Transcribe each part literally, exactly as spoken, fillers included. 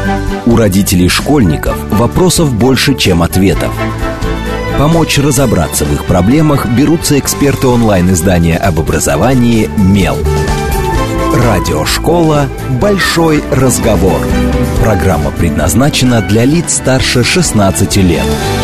У родителей школьников вопросов больше, чем ответов. Помочь разобраться в их проблемах берутся эксперты онлайн-издания об образовании «Мел». Радиошкола «Большой разговор». Программа предназначена для лиц старше шестнадцати лет.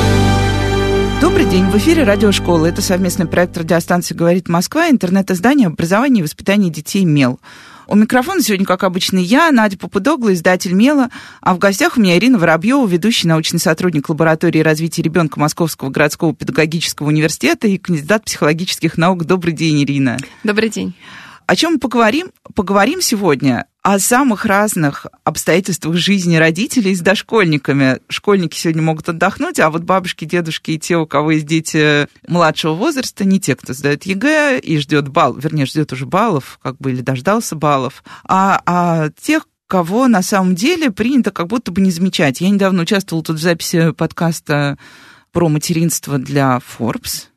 Добрый день, в эфире Радиошкола. Это совместный проект радиостанции «Говорит Москва», интернет-издание образования и воспитания детей «Мел». У микрофона сегодня, как обычно, я, Надя Попудогла, издатель «Мела», а в гостях у меня Ирина Воробьева, ведущий научный сотрудник лаборатории развития ребенка Московского городского педагогического университета и кандидат психологических наук. Добрый день, Ирина. Добрый день. О чем мы поговорим? Поговорим сегодня о самых разных обстоятельствах жизни родителей с дошкольниками. Школьники сегодня могут отдохнуть, а вот бабушки, дедушки и те, у кого есть дети младшего возраста, не те, кто сдает ЕГЭ и ждет балл, вернее, ждет уже баллов, как бы, или дождался баллов, а, а тех, кого на самом деле принято как будто бы не замечать. Я недавно участвовала тут в записи подкаста про материнство для Forbes.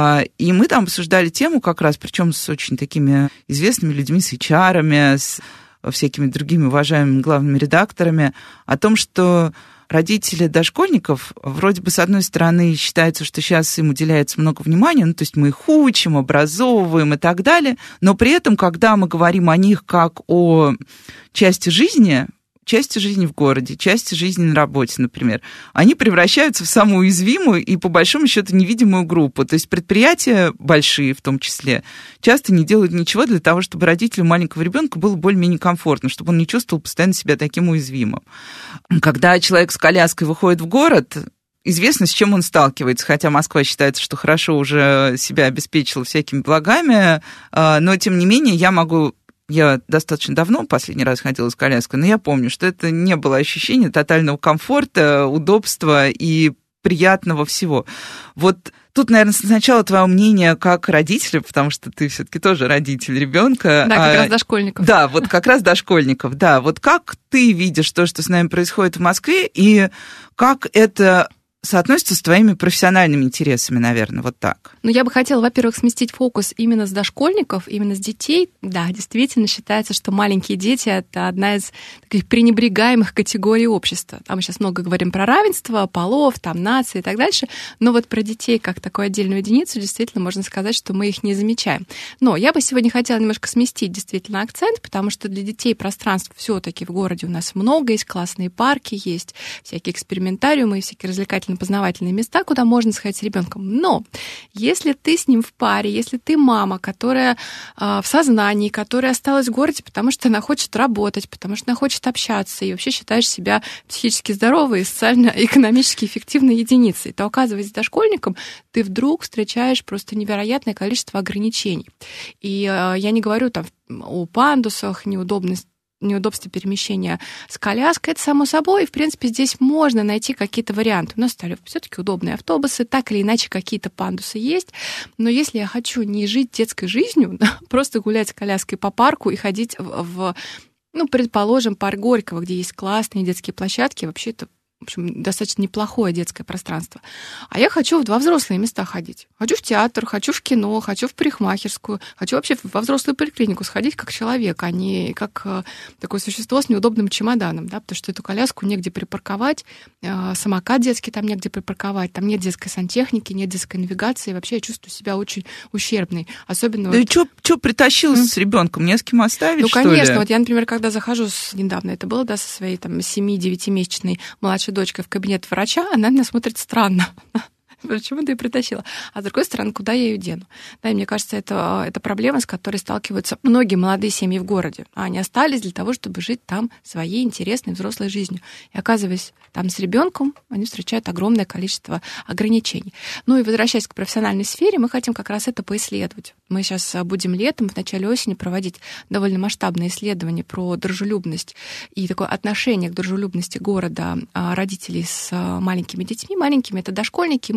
И мы там обсуждали тему как раз, причем с очень такими известными людьми, с эйч ар-ами, с всякими другими уважаемыми главными редакторами, о том, что родители дошкольников, вроде бы, с одной стороны, считается, что сейчас им уделяется много внимания, ну, то есть мы их учим, образовываем и так далее, но при этом, когда мы говорим о них как о части жизни, части жизни в городе, части жизни на работе, например, они превращаются в самую уязвимую и, по большому счету, невидимую группу. То есть предприятия большие, в том числе, часто не делают ничего для того, чтобы родителю маленького ребенка было более-менее комфортно, чтобы он не чувствовал постоянно себя таким уязвимым. Когда человек с коляской выходит в город, известно, с чем он сталкивается, хотя Москва считается, что хорошо уже себя обеспечила всякими благами, но, тем не менее, я могу... Я достаточно давно последний раз ходила с коляской, но я помню, что это не было ощущения тотального комфорта, удобства и приятного всего. Вот тут, наверное, сначала твое мнение как родителя, потому что ты все-таки тоже родитель ребенка. Да, как а, раз дошкольников. Да, вот как раз дошкольников, да. Вот как ты видишь то, что с нами происходит в Москве, и как это соотносится с твоими профессиональными интересами, наверное, вот так? Ну, я бы хотела, во-первых, сместить фокус именно с дошкольников, именно с детей. Да, действительно считается, что маленькие дети — это одна из таких пренебрегаемых категорий общества. Там мы сейчас много говорим про равенство полов, там, нации и так дальше, но вот про детей как такую отдельную единицу действительно можно сказать, что мы их не замечаем. Но я бы сегодня хотела немножко сместить действительно акцент, потому что для детей пространств все-таки в городе у нас много, есть классные парки, есть всякие экспериментариумы, всякие развлекательные познавательные места, куда можно сходить с ребенком. Но если ты с ним в паре, если ты мама, которая э, в сознании, которая осталась в городе, потому что она хочет работать, потому что она хочет общаться, и вообще считаешь себя психически здоровой и социально-экономически эффективной единицей, то, оказываясь дошкольником, ты вдруг встречаешь просто невероятное количество ограничений. И э, я не говорю там о пандусах, неудобности, неудобстве перемещения с коляской, это само собой, и, в принципе, здесь можно найти какие-то варианты. У нас стали все-таки удобные автобусы, так или иначе какие-то пандусы есть, но если я хочу не жить детской жизнью, просто гулять с коляской по парку и ходить в, в ну, предположим, парк Горького, где есть классные детские площадки, вообще это, в общем, достаточно неплохое детское пространство. А я хочу в два взрослые места ходить. Хочу в театр, хочу в кино, хочу в парикмахерскую, хочу вообще во взрослую поликлинику сходить как человек, а не как такое существо с неудобным чемоданом, да, потому что эту коляску негде припарковать, самокат детский там негде припарковать, там нет детской сантехники, нет детской навигации, вообще я чувствую себя очень ущербной. Особенно... Да вот... и что, что притащилась mm. с ребенком? Не с кем оставить, ну, что конечно. ли? Вот я, например, когда захожу, с... недавно это было, да, со своей там семь-девятимесячной младшей дочкой в кабинет врача, она меня смотрит странно. Почему ты ее притащила? А с другой стороны, куда я ее дену? Да, и мне кажется, это, это проблема, с которой сталкиваются многие молодые семьи в городе. Они остались для того, чтобы жить там своей интересной взрослой жизнью. И оказываясь там с ребенком, они встречают огромное количество ограничений. Ну и возвращаясь к профессиональной сфере, мы хотим как раз это поисследовать. Мы сейчас будем летом, в начале осени проводить довольно масштабное исследование про дружелюбность и такое отношение к дружелюбности города родителей с маленькими детьми. Маленькими — это дошкольники, мы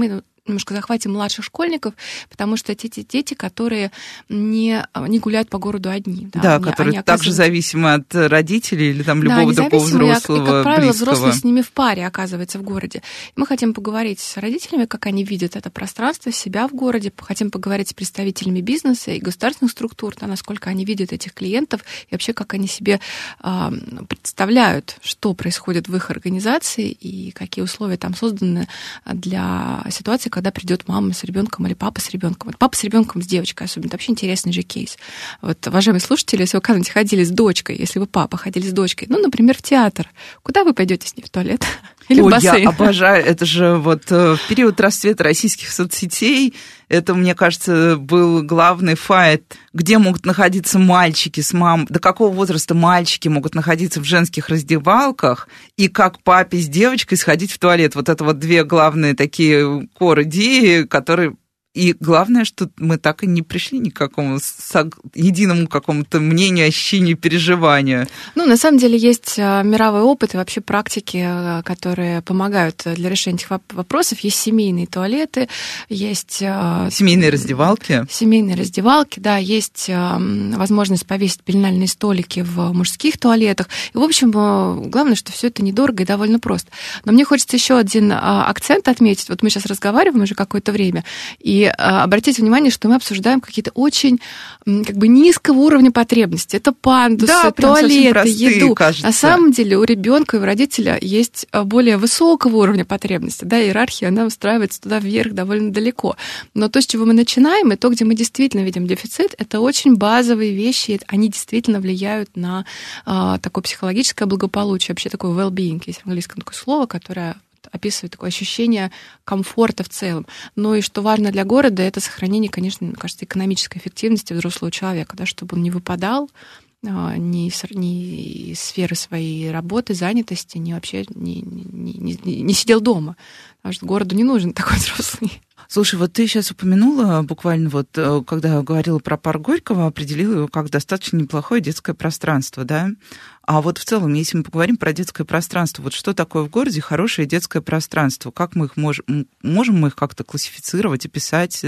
немножко захватим младших школьников, потому что это те дети, которые не, не гуляют по городу одни. Да, да они, которые они также зависимы от родителей или там любого да, другого взрослого, и, как правило, близкого. взрослый с ними в паре оказывается в городе. Мы хотим поговорить с родителями, как они видят это пространство, себя в городе, хотим поговорить с представителями бизнеса и государственных структур, да, насколько они видят этих клиентов и вообще как они себе э, представляют, что происходит в их организации и какие условия там созданы для ситуации, когда придет мама с ребенком или папа с ребенком. Вот папа с ребенком, с девочкой особенно. Это вообще интересный же кейс. Вот, уважаемые слушатели, если вы, когда-нибудь ходили с дочкой, если вы папа ходили с дочкой, ну, например, в театр, куда вы пойдете с ней в туалет? Или Ой, в бассейн? Я обожаю. Это же вот в период расцвета российских соцсетей, это, мне кажется, был главный файт, где могут находиться мальчики с мамой, до какого возраста мальчики могут находиться в женских раздевалках, и как папе с девочкой сходить в туалет. Вот это вот две главные такие кор-идеи, которые... И главное, что мы так и не пришли ни к какому единому какому-то мнению, ощущению, переживанию. Ну, на самом деле есть мировой опыт и вообще практики, которые помогают для решения этих вопросов. Есть семейные туалеты, есть... Семейные раздевалки. Семейные раздевалки, да, есть возможность повесить пеленальные столики в мужских туалетах. И, в общем, главное, что все это недорого и довольно просто. Но мне хочется еще один акцент отметить. Вот мы сейчас разговариваем уже какое-то время, и обратите внимание, что мы обсуждаем какие-то очень как бы низкого уровня потребности. Это пандусы, да, туалеты, простые, еду. Кажется. На самом деле у ребенка и у родителя есть более высокого уровня потребности. Да, иерархия, она устраивается туда вверх довольно далеко. Но то, с чего мы начинаем, и то, где мы действительно видим дефицит, это очень базовые вещи. Они действительно влияют на а, такое психологическое благополучие, вообще такое well-being. Есть в английском такое слово, которое описывает такое ощущение комфорта в целом. Ну и что важно для города, это сохранение, конечно, мне кажется, экономической эффективности взрослого человека, да, чтобы он не выпадал ни из, ни из сферы своей работы, занятости, ни вообще не, не, не, не сидел дома. Потому что городу не нужен такой взрослый. Слушай, вот ты сейчас упомянула, буквально вот, когда говорила про парк Горького, определила его как достаточно неплохое детское пространство, да? А вот в целом, если мы поговорим про детское пространство, вот что такое в городе хорошее детское пространство? Как мы их можем, можем мы их как-то классифицировать, описать?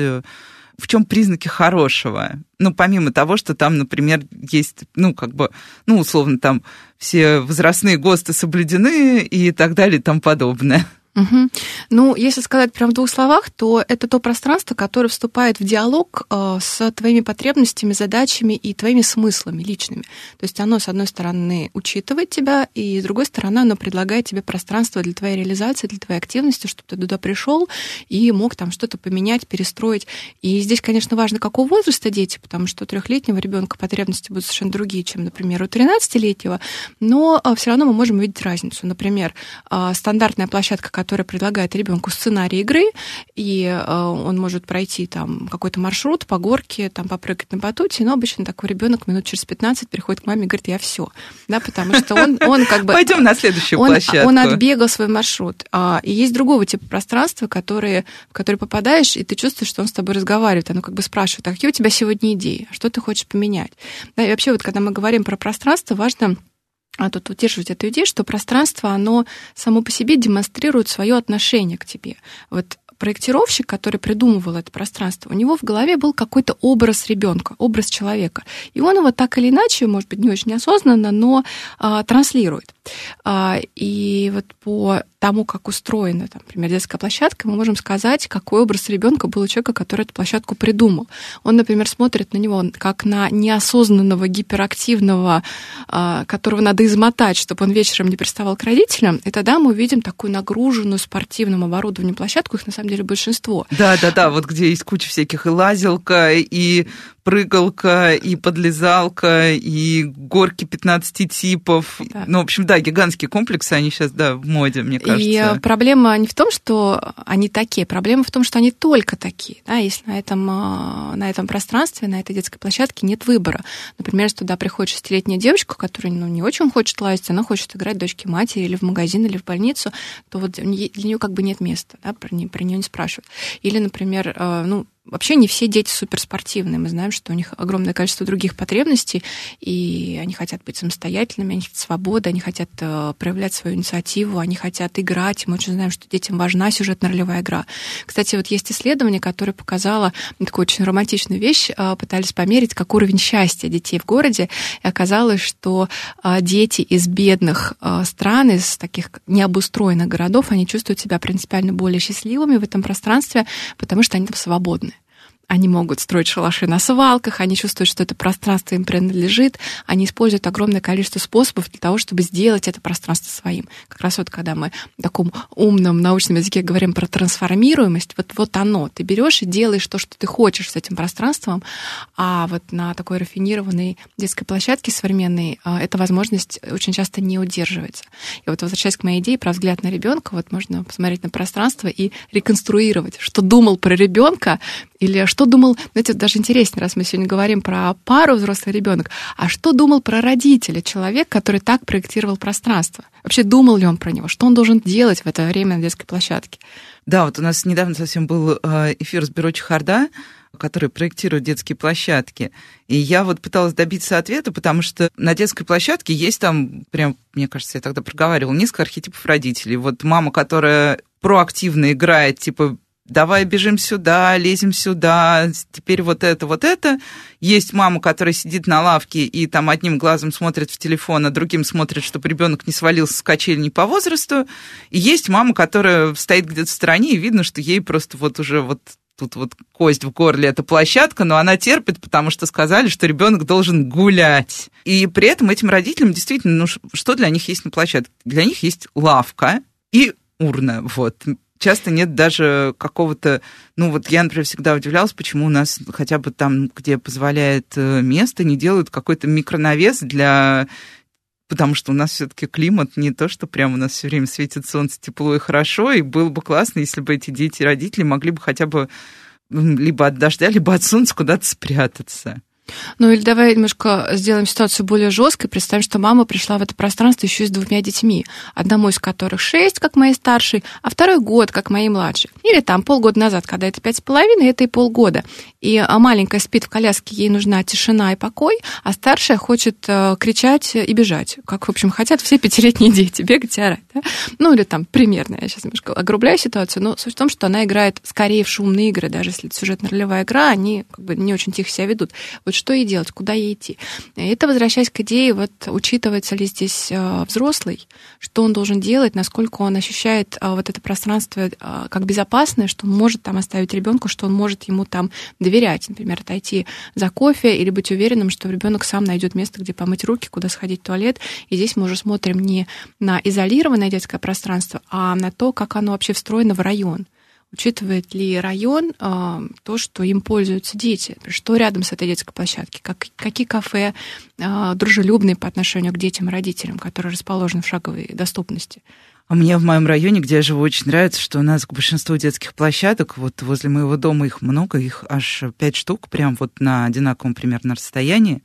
В чем признаки хорошего? Ну, помимо того, что там, например, есть, ну, как бы, ну, условно, там все возрастные ГОСТы соблюдены и так далее и тому подобное. Угу. Ну, если сказать прям в двух словах, то это то пространство, которое вступает в диалог э, с твоими потребностями, задачами и твоими смыслами личными. То есть оно, с одной стороны, учитывает тебя, и с другой стороны, оно предлагает тебе пространство для твоей реализации, для твоей активности, чтобы ты туда пришел и мог там что-то поменять, перестроить. И здесь, конечно, важно, какого возраста дети, потому что у трехлетнего ребенка потребности будут совершенно другие, чем, например, у тринадцатилетнего, но э, все равно мы можем увидеть разницу. Например, э, стандартная площадка, которая предлагает ребенку сценарий игры, и э, он может пройти там какой-то маршрут по горке, там попрыгать на батуте, но обычно такой ребенок минут через пятнадцать приходит к маме и говорит: я все, да, потому что он, он как бы... Пойдем на следующую он, площадку. Он отбегал свой маршрут. И есть другого типа пространства, которые, в которые попадаешь, и ты чувствуешь, что он с тобой разговаривает. Оно как бы спрашивает: а какие у тебя сегодня идеи? Что ты хочешь поменять? Да, и вообще вот когда мы говорим про пространство, важно... А тут удерживать эту идею, что пространство, оно само по себе демонстрирует свое отношение к тебе. Вот проектировщик, который придумывал это пространство, у него в голове был какой-то образ ребенка, образ человека. И он его так или иначе, может быть, не очень осознанно, но а, транслирует. А, и вот по тому, как устроена, там, например, детская площадка, мы можем сказать, какой образ ребенка был у человека, который эту площадку придумал. Он, например, смотрит на него как на неосознанного, гиперактивного, а, которого надо измотать, чтобы он вечером не приставал к родителям, и тогда мы увидим такую нагруженную спортивным оборудованием площадку, их на самом деле большинство. Да-да-да, вот где есть куча всяких и лазилка, и прыгалка, и подлезалка, и горки пятнадцати типов. Да. Ну, в общем, да, гигантские комплексы, они сейчас, да, в моде, мне кажется. И проблема не в том, что они такие, проблема в том, что они только такие. Да, если на этом, на этом пространстве, на этой детской площадке нет выбора. Например, если туда приходит шестилетняя девочка, которая, ну, не очень хочет лазить, она хочет играть дочке матери или в магазин, или в больницу, то вот для нее как бы нет места, да, про нее, про нее не спрашивают. Или, например, ну, вообще не все дети суперспортивные. Мы знаем, что у них огромное количество других потребностей, и они хотят быть самостоятельными, они хотят свободы, они хотят проявлять свою инициативу, они хотят играть. Мы очень знаем, что детям важна сюжетно-ролевая игра. Кстати, вот есть исследование, которое показало такую очень романтичную вещь, пытались померить, как уровень счастья детей в городе, и оказалось, что дети из бедных стран, из таких необустроенных городов, они чувствуют себя принципиально более счастливыми в этом пространстве, потому что они там свободны. Они могут строить шалаши на свалках, они чувствуют, что это пространство им принадлежит, они используют огромное количество способов для того, чтобы сделать это пространство своим. Как раз вот когда мы в таком умном научном языке говорим про трансформируемость, вот, вот оно, ты берешь и делаешь то, что ты хочешь с этим пространством, а вот на такой рафинированной детской площадке современной эта возможность очень часто не удерживается. И вот возвращаясь к моей идее про взгляд на ребенка, вот можно посмотреть на пространство и реконструировать, что думал про ребенка, или что думал, знаете, даже интереснее, раз мы сегодня говорим про пару взрослый ребенок, а что думал про родителя человек, который так проектировал пространство? Вообще думал ли он про него? Что он должен делать в это время на детской площадке? Да, вот у нас недавно совсем был эфир с бюро Чехарда, который проектирует детские площадки. И я вот пыталась добиться ответа, потому что на детской площадке есть там, прям, мне кажется, я тогда проговаривала, несколько архетипов родителей. Вот мама, которая проактивно играет, типа, давай бежим сюда, лезем сюда, теперь вот это, вот это. Есть мама, которая сидит на лавке и там одним глазом смотрит в телефон, а другим смотрит, чтобы ребенок не свалился с качели не по возрасту. И есть мама, которая стоит где-то в стороне, и видно, что ей просто вот уже вот тут вот кость в горле, это площадка, но она терпит, потому что сказали, что ребенок должен гулять. И при этом этим родителям действительно, ну что для них есть на площадке? Для них есть лавка и урна, вот. Часто нет даже какого-то... Ну, вот я, например, всегда удивлялась, почему у нас хотя бы там, где позволяет место, не делают какой-то микронавес для... Потому что у нас все-таки климат не то, что прямо у нас все время светит солнце, тепло и хорошо, и было бы классно, если бы эти дети и родители могли бы хотя бы либо от дождя, либо от солнца куда-то спрятаться. Ну или давай немножко сделаем ситуацию более жесткой. Представим, что мама пришла в это пространство еще с двумя детьми. Одному из которых шесть, как моей старшей, а второй год, как моей младшей. Или там полгода назад, когда это пять с половиной, это и полгода. И маленькая спит в коляске, ей нужна тишина и покой, а старшая хочет кричать и бежать. Как, в общем, хотят все пятилетние дети, бегать и орать. Да? Ну или там примерно, я сейчас немножко огрубляю ситуацию, но суть в том, что она играет скорее в шумные игры, даже если это сюжетно-ролевая игра, они как бы не очень тихо себя ведут. Вот что ей делать, куда ей идти. Это, возвращаясь к идее, вот учитывается ли здесь взрослый, что он должен делать, насколько он ощущает вот это пространство как безопасное, что он может там оставить ребенку, что он может ему там доверять, например, отойти за кофе или быть уверенным, что ребенок сам найдет место, где помыть руки, куда сходить в туалет. И здесь мы уже смотрим не на изолированное детское пространство, а на то, как оно вообще встроено в район. Учитывает ли район э, то, что им пользуются дети? Что рядом с этой детской площадкой? Как, какие кафе э, дружелюбные по отношению к детям и родителям, которые расположены в шаговой доступности? А мне в моем районе, где я живу, очень нравится, что у нас большинство детских площадок, вот возле моего дома их много, их аж пять штук, прям вот на одинаковом примерно расстоянии,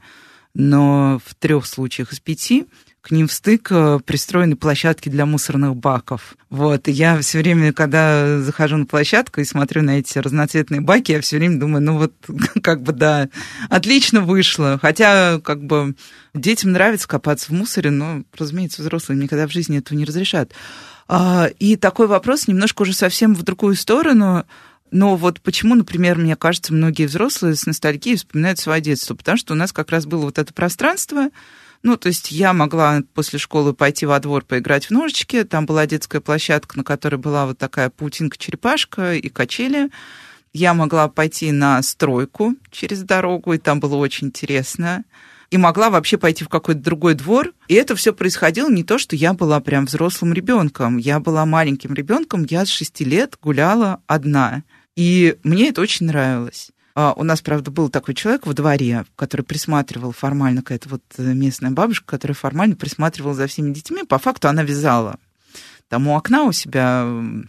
но в трех случаях из пяти к ним в стык пристроены площадки для мусорных баков. Вот, и я все время, когда захожу на площадку и смотрю на эти разноцветные баки, я все время думаю, ну вот, как бы, да, отлично вышло. Хотя, как бы, детям нравится копаться в мусоре, но, разумеется, взрослые никогда в жизни этого не разрешат. И такой вопрос немножко уже совсем в другую сторону. Но вот почему, например, мне кажется, многие взрослые с ностальгией вспоминают свое детство, потому что у нас как раз было вот это пространство. Ну, то есть я могла после школы пойти во двор поиграть в ножички. Там была детская площадка, на которой была вот такая паутинка-черепашка и качели. Я могла пойти на стройку через дорогу, и там было очень интересно. И могла вообще пойти в какой-то другой двор. И это все происходило не то, что я была прям взрослым ребенком. Я была маленьким ребенком, я с шести лет гуляла одна. И мне это очень нравилось. У нас, правда, был такой человек во дворе, который присматривал формально, какая-то вот местная бабушка, которая формально присматривала за всеми детьми. По факту она вязала там у окна у себя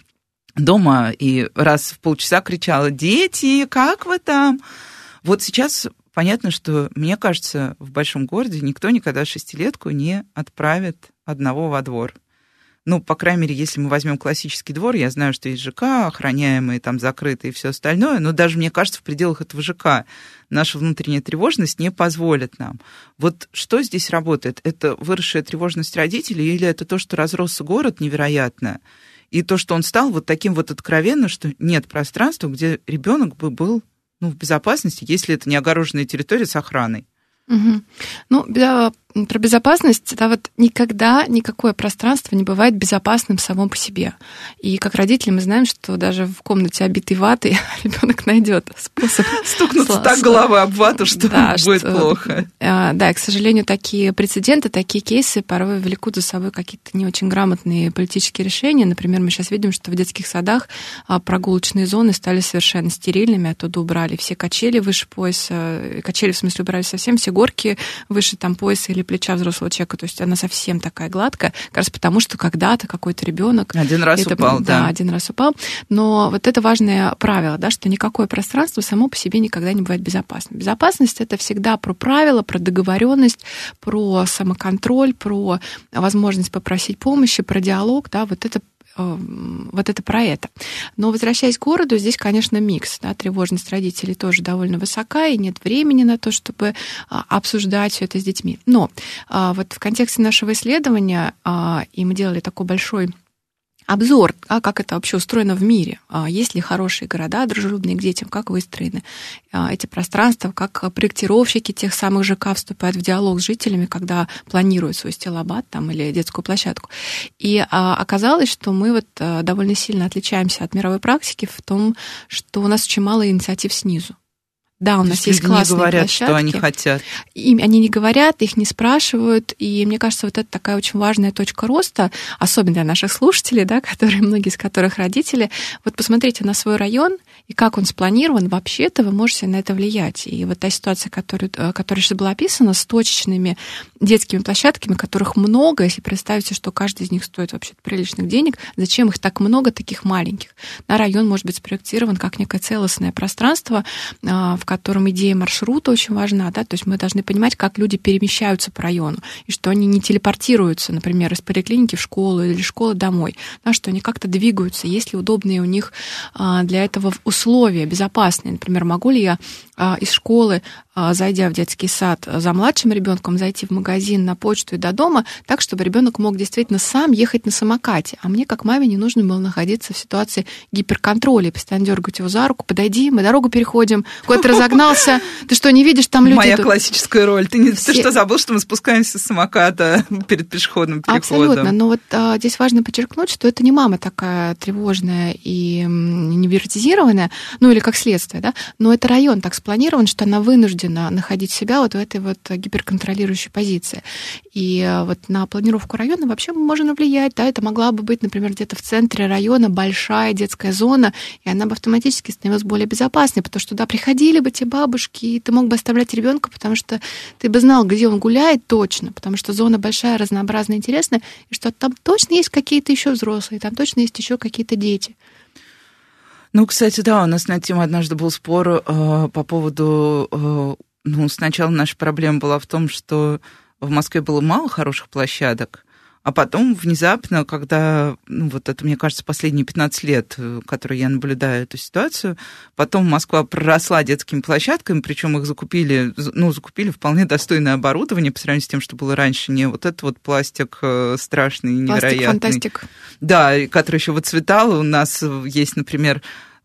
дома и раз в полчаса кричала: «Дети, как вы там?» Вот сейчас понятно, что, мне кажется, в большом городе никто никогда шестилетку не отправит одного во двор. Ну, по крайней мере, если мы возьмем классический двор, я знаю, что есть ЖК, охраняемые, там, закрытые и все остальное, но даже, мне кажется, в пределах этого ЖК наша внутренняя тревожность не позволит нам. Вот что здесь работает? Это выросшая тревожность родителей или это то, что разросся город невероятно, и то, что он стал вот таким вот откровенным, что нет пространства, где ребенок бы был, ну, в безопасности, если это не огороженная территория с охраной? Угу. Ну, да, про безопасность, да, вот никогда никакое пространство не бывает безопасным само по себе. И как родители мы знаем, что даже в комнате, обитой ватой, ребенок найдет способ стукнуться так головой об вату, что да, будет что, плохо. Да, и, к сожалению, такие прецеденты, такие кейсы порой влекут за собой какие-то не очень грамотные политические решения. Например, мы сейчас видим, что в детских садах прогулочные зоны стали совершенно стерильными, оттуда убрали все качели выше пояса, качели, в смысле, убрали совсем, все горки выше там пояса или плеча взрослого человека, то есть она совсем такая гладкая, как раз потому, что когда-то какой-то ребенок один раз это, упал, да, да, один раз упал. Но вот это важное правило, да, что никакое пространство само по себе никогда не бывает безопасным. Безопасность — это всегда про правила, про договоренность, про самоконтроль, про возможность попросить помощи, про диалог, да, вот это Вот это про это. Но возвращаясь к городу, здесь, конечно, микс. Да, тревожность родителей тоже довольно высока, и нет времени на то, чтобы обсуждать все это с детьми. Но вот в контексте нашего исследования, и мы делали такой большой обзор, а как это вообще устроено в мире, есть ли хорошие города, дружелюбные к детям, как выстроены эти пространства, как проектировщики тех самых ЖК вступают в диалог с жителями, когда планируют свой стилобат там, или детскую площадку. И оказалось, что мы вот довольно сильно отличаемся от мировой практики в том, что у нас очень мало инициатив снизу. Да, у нас есть классные не говорят, площадки. Что они хотят. Им, они не говорят, их не спрашивают, и мне кажется, вот это такая очень важная точка роста, особенно для наших слушателей, да, которые, многие из которых родители. Вот посмотрите на свой район, и как он спланирован, вообще-то вы можете на это влиять. И вот та ситуация, которая, которая сейчас была описана, с точечными детскими площадками, которых много, если представите, что каждый из них стоит вообще приличных денег, зачем их так много, таких маленьких? Да, район может быть спроектирован как некое целостное пространство, в котором идея маршрута очень важна, да, то есть мы должны понимать, как люди перемещаются по району, и что они не телепортируются, например, из поликлиники в школу или школы домой, да, что они как-то двигаются, есть ли удобные у них для этого условия, безопасные. Например, могу ли я из школы, зайдя в детский сад за младшим ребенком, зайти в магазин, на почту и до дома, так, чтобы ребенок мог действительно сам ехать на самокате, а мне, как маме, не нужно было находиться в ситуации гиперконтроля, постоянно дергать его за руку, подойди, мы дорогу переходим, куда-то разогнался, ты что, не видишь, там люди... Моя идут. классическая роль. Ты, не, Все... ты что, забыл, что мы спускаемся с самоката перед пешеходным переходом? Абсолютно, но вот а, здесь важно подчеркнуть, что это не мама такая тревожная и невротизированная, ну или как следствие, да, но это район так спланирован, что она вынуждена находить себя вот в этой вот гиперконтролирующей позиции. И вот на планировку района вообще можно влиять, да, это могла бы быть, например, где-то в центре района большая детская зона, и она бы автоматически становилась более безопасной, потому что туда приходили бы те бабушки, и ты мог бы оставлять ребенка, потому что ты бы знал, где он гуляет точно, потому что зона большая, разнообразная, интересная, и что там точно есть какие-то еще взрослые, там точно есть еще какие-то дети. Ну, кстати, да, у нас на тему однажды был спор э, по поводу... Э, ну, сначала наша проблема была в том, что в Москве было мало хороших площадок, а потом внезапно, когда, ну, вот это, мне кажется, последние пятнадцать лет, которые я наблюдаю эту ситуацию, потом Москва проросла детскими площадками, причем их закупили, ну, закупили вполне достойное оборудование по сравнению с тем, что было раньше, не вот этот вот пластик страшный, невероятный. Пластик, фантастик. Да, который еще выцветал. У нас есть, например,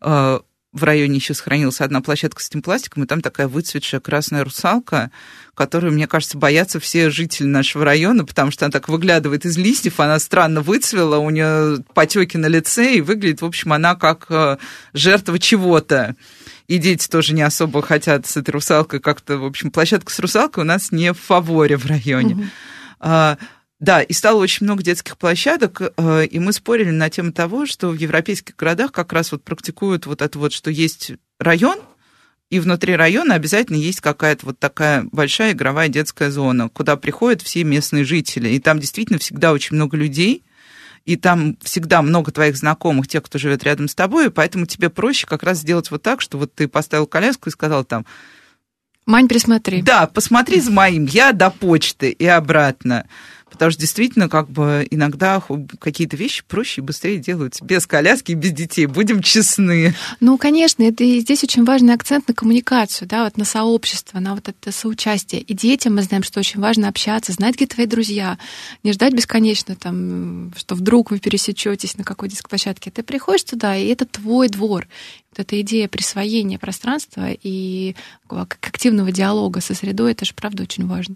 в районе еще сохранилась одна площадка с этим пластиком, и там такая выцветшая красная русалка, которую, мне кажется, боятся все жители нашего района, потому что она так выглядывает из листьев, она странно выцвела, у нее потеки на лице, и выглядит, в общем, она как жертва чего-то. И дети тоже не особо хотят с этой русалкой как-то... В общем, площадка с русалкой у нас не в фаворе в районе. Mm-hmm. Да, и стало очень много детских площадок, и мы спорили на тему того, что в европейских городах как раз вот практикуют вот это вот, что есть район, и внутри района обязательно есть какая-то вот такая большая игровая детская зона, куда приходят все местные жители, и там действительно всегда очень много людей, и там всегда много твоих знакомых, тех, кто живет рядом с тобой, и поэтому тебе проще как раз сделать вот так, что вот ты поставил коляску и сказал там... Мань, присмотри. Да, посмотри за моим, я до почты и обратно. Потому что действительно, как бы иногда какие-то вещи проще и быстрее делаются без коляски и без детей. Будем честны. Ну, конечно, это и здесь очень важный акцент на коммуникацию, да, вот на сообщество, на вот это соучастие. И детям мы знаем, что очень важно общаться, знать, где твои друзья, не ждать бесконечно, там, что вдруг вы пересечетесь на какой детской площадке. Ты приходишь туда, и это твой двор. Вот эта идея присвоения пространства и активного диалога со средой, это же, правда, очень важно.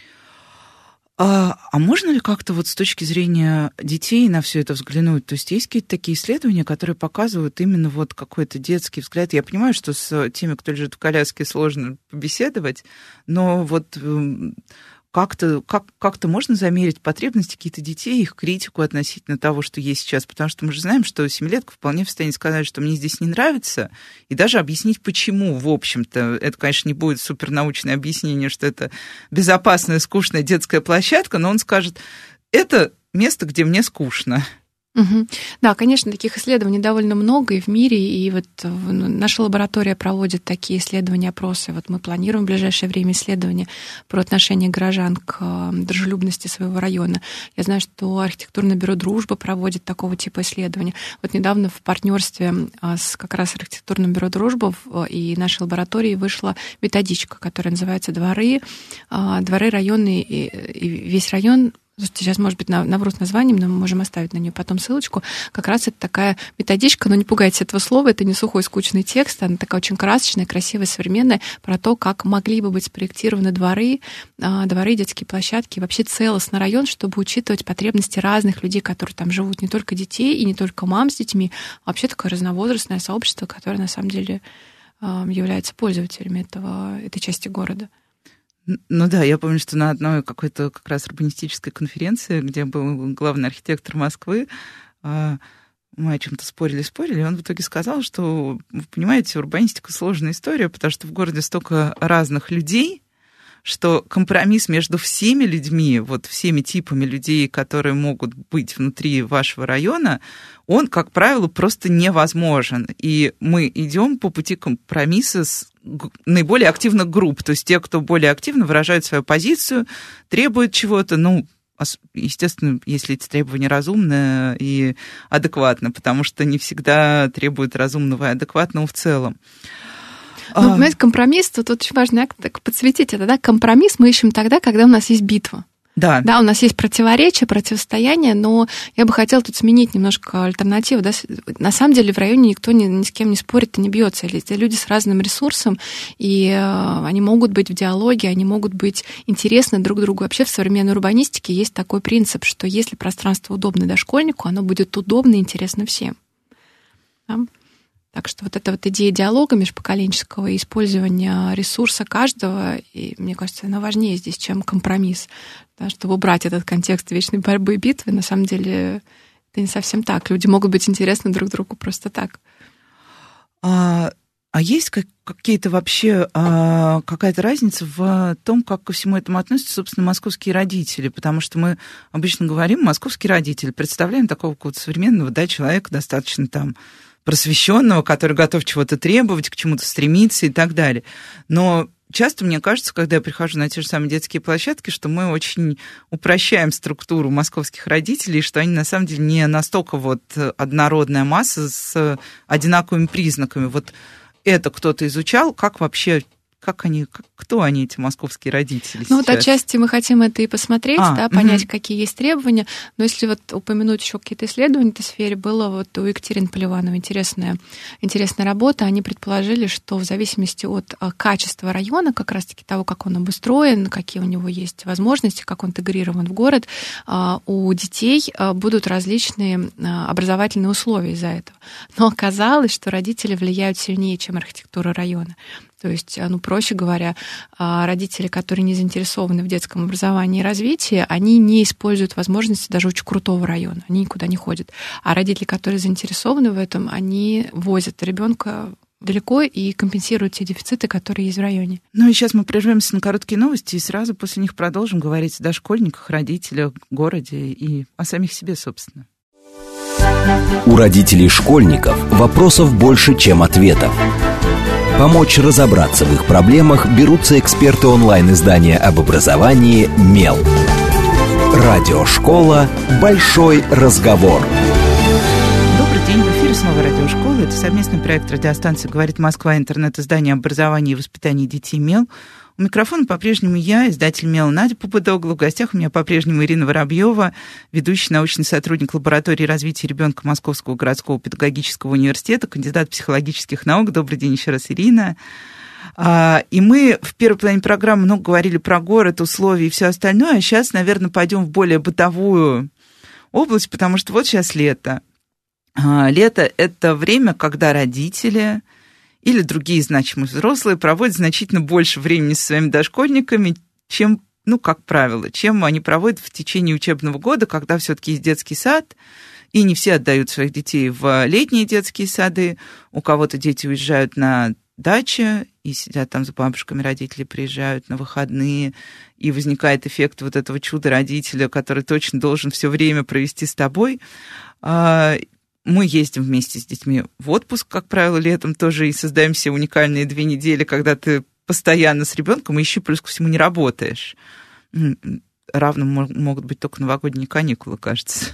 А, а можно ли как-то вот с точки зрения детей на все это взглянуть? То есть есть какие-то такие исследования, которые показывают именно вот какой-то детский взгляд? Я понимаю, что с теми, кто лежит в коляске, сложно побеседовать, но вот как-то, как, как-то можно замерить потребности каких-то детей, их критику относительно того, что есть сейчас? Потому что мы же знаем, что семилетка вполне в состоянии сказать, что мне здесь не нравится, и даже объяснить, почему, в общем-то. Это, конечно, не будет супернаучное объяснение, что это безопасная, скучная детская площадка, но он скажет, это место, где мне скучно. Угу. Да, конечно, таких исследований довольно много и в мире, и вот наша лаборатория проводит такие исследования, опросы. Вот мы планируем в ближайшее время исследования про отношение горожан к дружелюбности своего района. Я знаю, что архитектурное бюро «Дружба» проводит такого типа исследования. Вот недавно в партнерстве с как раз архитектурным бюро «Дружба» и нашей лаборатории вышла методичка, которая называется «Дворы». Дворы районные, и весь район. Сейчас, может быть, навру с названием, но мы можем оставить на нее потом ссылочку. Как раз это такая методичка, но не пугайтесь этого слова, это не сухой, скучный текст, она такая очень красочная, красивая, современная, про то, как могли бы быть спроектированы дворы, дворы, детские площадки, вообще целостный район, чтобы учитывать потребности разных людей, которые там живут, не только детей и не только мам с детьми, а вообще такое разновозрастное сообщество, которое на самом деле является пользователями этого, этой части города. Ну да, я помню, что на одной какой-то как раз урбанистической конференции, где был главный архитектор Москвы, мы о чем-то спорили-спорили, и он в итоге сказал, что, вы понимаете, урбанистика сложная история, потому что в городе столько разных людей, что компромисс между всеми людьми, вот всеми типами людей, которые могут быть внутри вашего района, он, как правило, просто невозможен. И мы идем по пути компромисса с наиболее активных групп, то есть те, кто более активно выражает свою позицию, требует чего-то, ну, естественно, если эти требования разумные и адекватны, потому что не всегда требуют разумного и адекватного в целом. Ну, понимаете, компромисс, тут очень важно так подсветить это, да, компромисс мы ищем тогда, когда у нас есть битва. Да. Да, у нас есть противоречие, противостояние, но я бы хотела тут сменить немножко альтернативу. Да? На самом деле в районе никто ни, ни с кем не спорит и не бьется. Это люди с разным ресурсом, и э, они могут быть в диалоге, они могут быть интересны друг другу. Вообще в современной урбанистике есть такой принцип, что если пространство удобно дошкольнику, оно будет удобно и интересно всем. Да? Так что вот эта вот идея диалога межпоколенческого и использования ресурса каждого, и, мне кажется, она важнее здесь, чем компромисс. Да, чтобы убрать этот контекст вечной борьбы и битвы, на самом деле это не совсем так. Люди могут быть интересны друг другу просто так. А, а есть как, какие-то вообще а, какая-то разница в том, как ко всему этому относятся, собственно, московские родители? Потому что мы обычно говорим, московский родитель, представляем такого какого-то современного, да, человека, достаточно там просвещенного, который готов чего-то требовать, к чему-то стремиться и так далее. Но часто мне кажется, когда я прихожу на те же самые детские площадки, что мы очень упрощаем структуру московских родителей, что они на самом деле не настолько вот однородная масса с одинаковыми признаками. Вот это кто-то изучал, как вообще... Как они, как, кто они, эти московские родители? Ну, сейчас? Вот отчасти мы хотим это и посмотреть, а, да, понять, угу. какие есть требования. Но если вот упомянуть еще какие-то исследования в этой сфере, было вот у Екатерины Поливановой интересная, интересная работа. Они предположили, что в зависимости от качества района, как раз-таки того, как он обустроен, какие у него есть возможности, как он интегрирован в город, у детей будут различные образовательные условия из-за этого. Но оказалось, что родители влияют сильнее, чем архитектура района. То есть, ну, проще говоря, родители, которые не заинтересованы в детском образовании и развитии, они не используют возможности даже очень крутого района, они никуда не ходят. А родители, которые заинтересованы в этом, они возят ребенка далеко и компенсируют те дефициты, которые есть в районе. Ну и сейчас мы прервемся на короткие новости и сразу после них продолжим говорить о дошкольниках, родителях, городе и о самих себе, собственно. У родителей школьников вопросов больше, чем ответов. Помочь разобраться в их проблемах берутся эксперты онлайн-издания об образовании «Мел». Радиошкола «Большой разговор». Добрый день, в эфире снова Радиошкола. Это совместный проект радиостанции «Говорит Москва», интернет-издание образования и воспитания детей «МЕЛ». У микрофона по-прежнему я, издатель «МЕЛ» Надя Попудогла. В гостях у меня по-прежнему Ирина Воробьева, ведущий научный сотрудник лаборатории развития ребенка Московского городского педагогического университета, кандидат психологических наук. Добрый день еще раз, Ирина. И мы в первой половине программы много говорили про город, условия и все остальное, а сейчас, наверное, пойдем в более бытовую область, потому что вот сейчас лето. Лето – это время, когда родители или другие значимые взрослые проводят значительно больше времени со своими дошкольниками, чем, ну, как правило, чем они проводят в течение учебного года, когда все-таки есть детский сад, и не все отдают своих детей в летние детские сады, у кого-то дети уезжают на даче и сидят там за бабушками, родители приезжают на выходные, и возникает эффект вот этого чудо-родителя, который точно должен все время провести с тобой. Мы ездим вместе с детьми в отпуск, как правило, летом тоже, и создаем себе уникальные две недели, когда ты постоянно с ребенком, и еще плюс ко всему не работаешь. Равно могут быть только новогодние каникулы, кажется.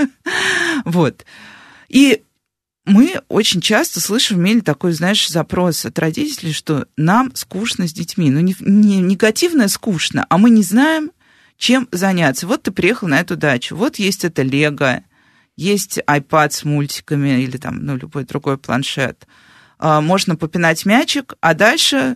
Вот. И мы очень часто слышим в МЕЛе такой, знаешь, запрос от родителей, что нам скучно с детьми. Ну, не, не негативное скучно, а мы не знаем, чем заняться. Вот ты приехал на эту дачу, вот есть это Лего, есть iPad с мультиками или там, ну, любой другой планшет. Можно попинать мячик, а дальше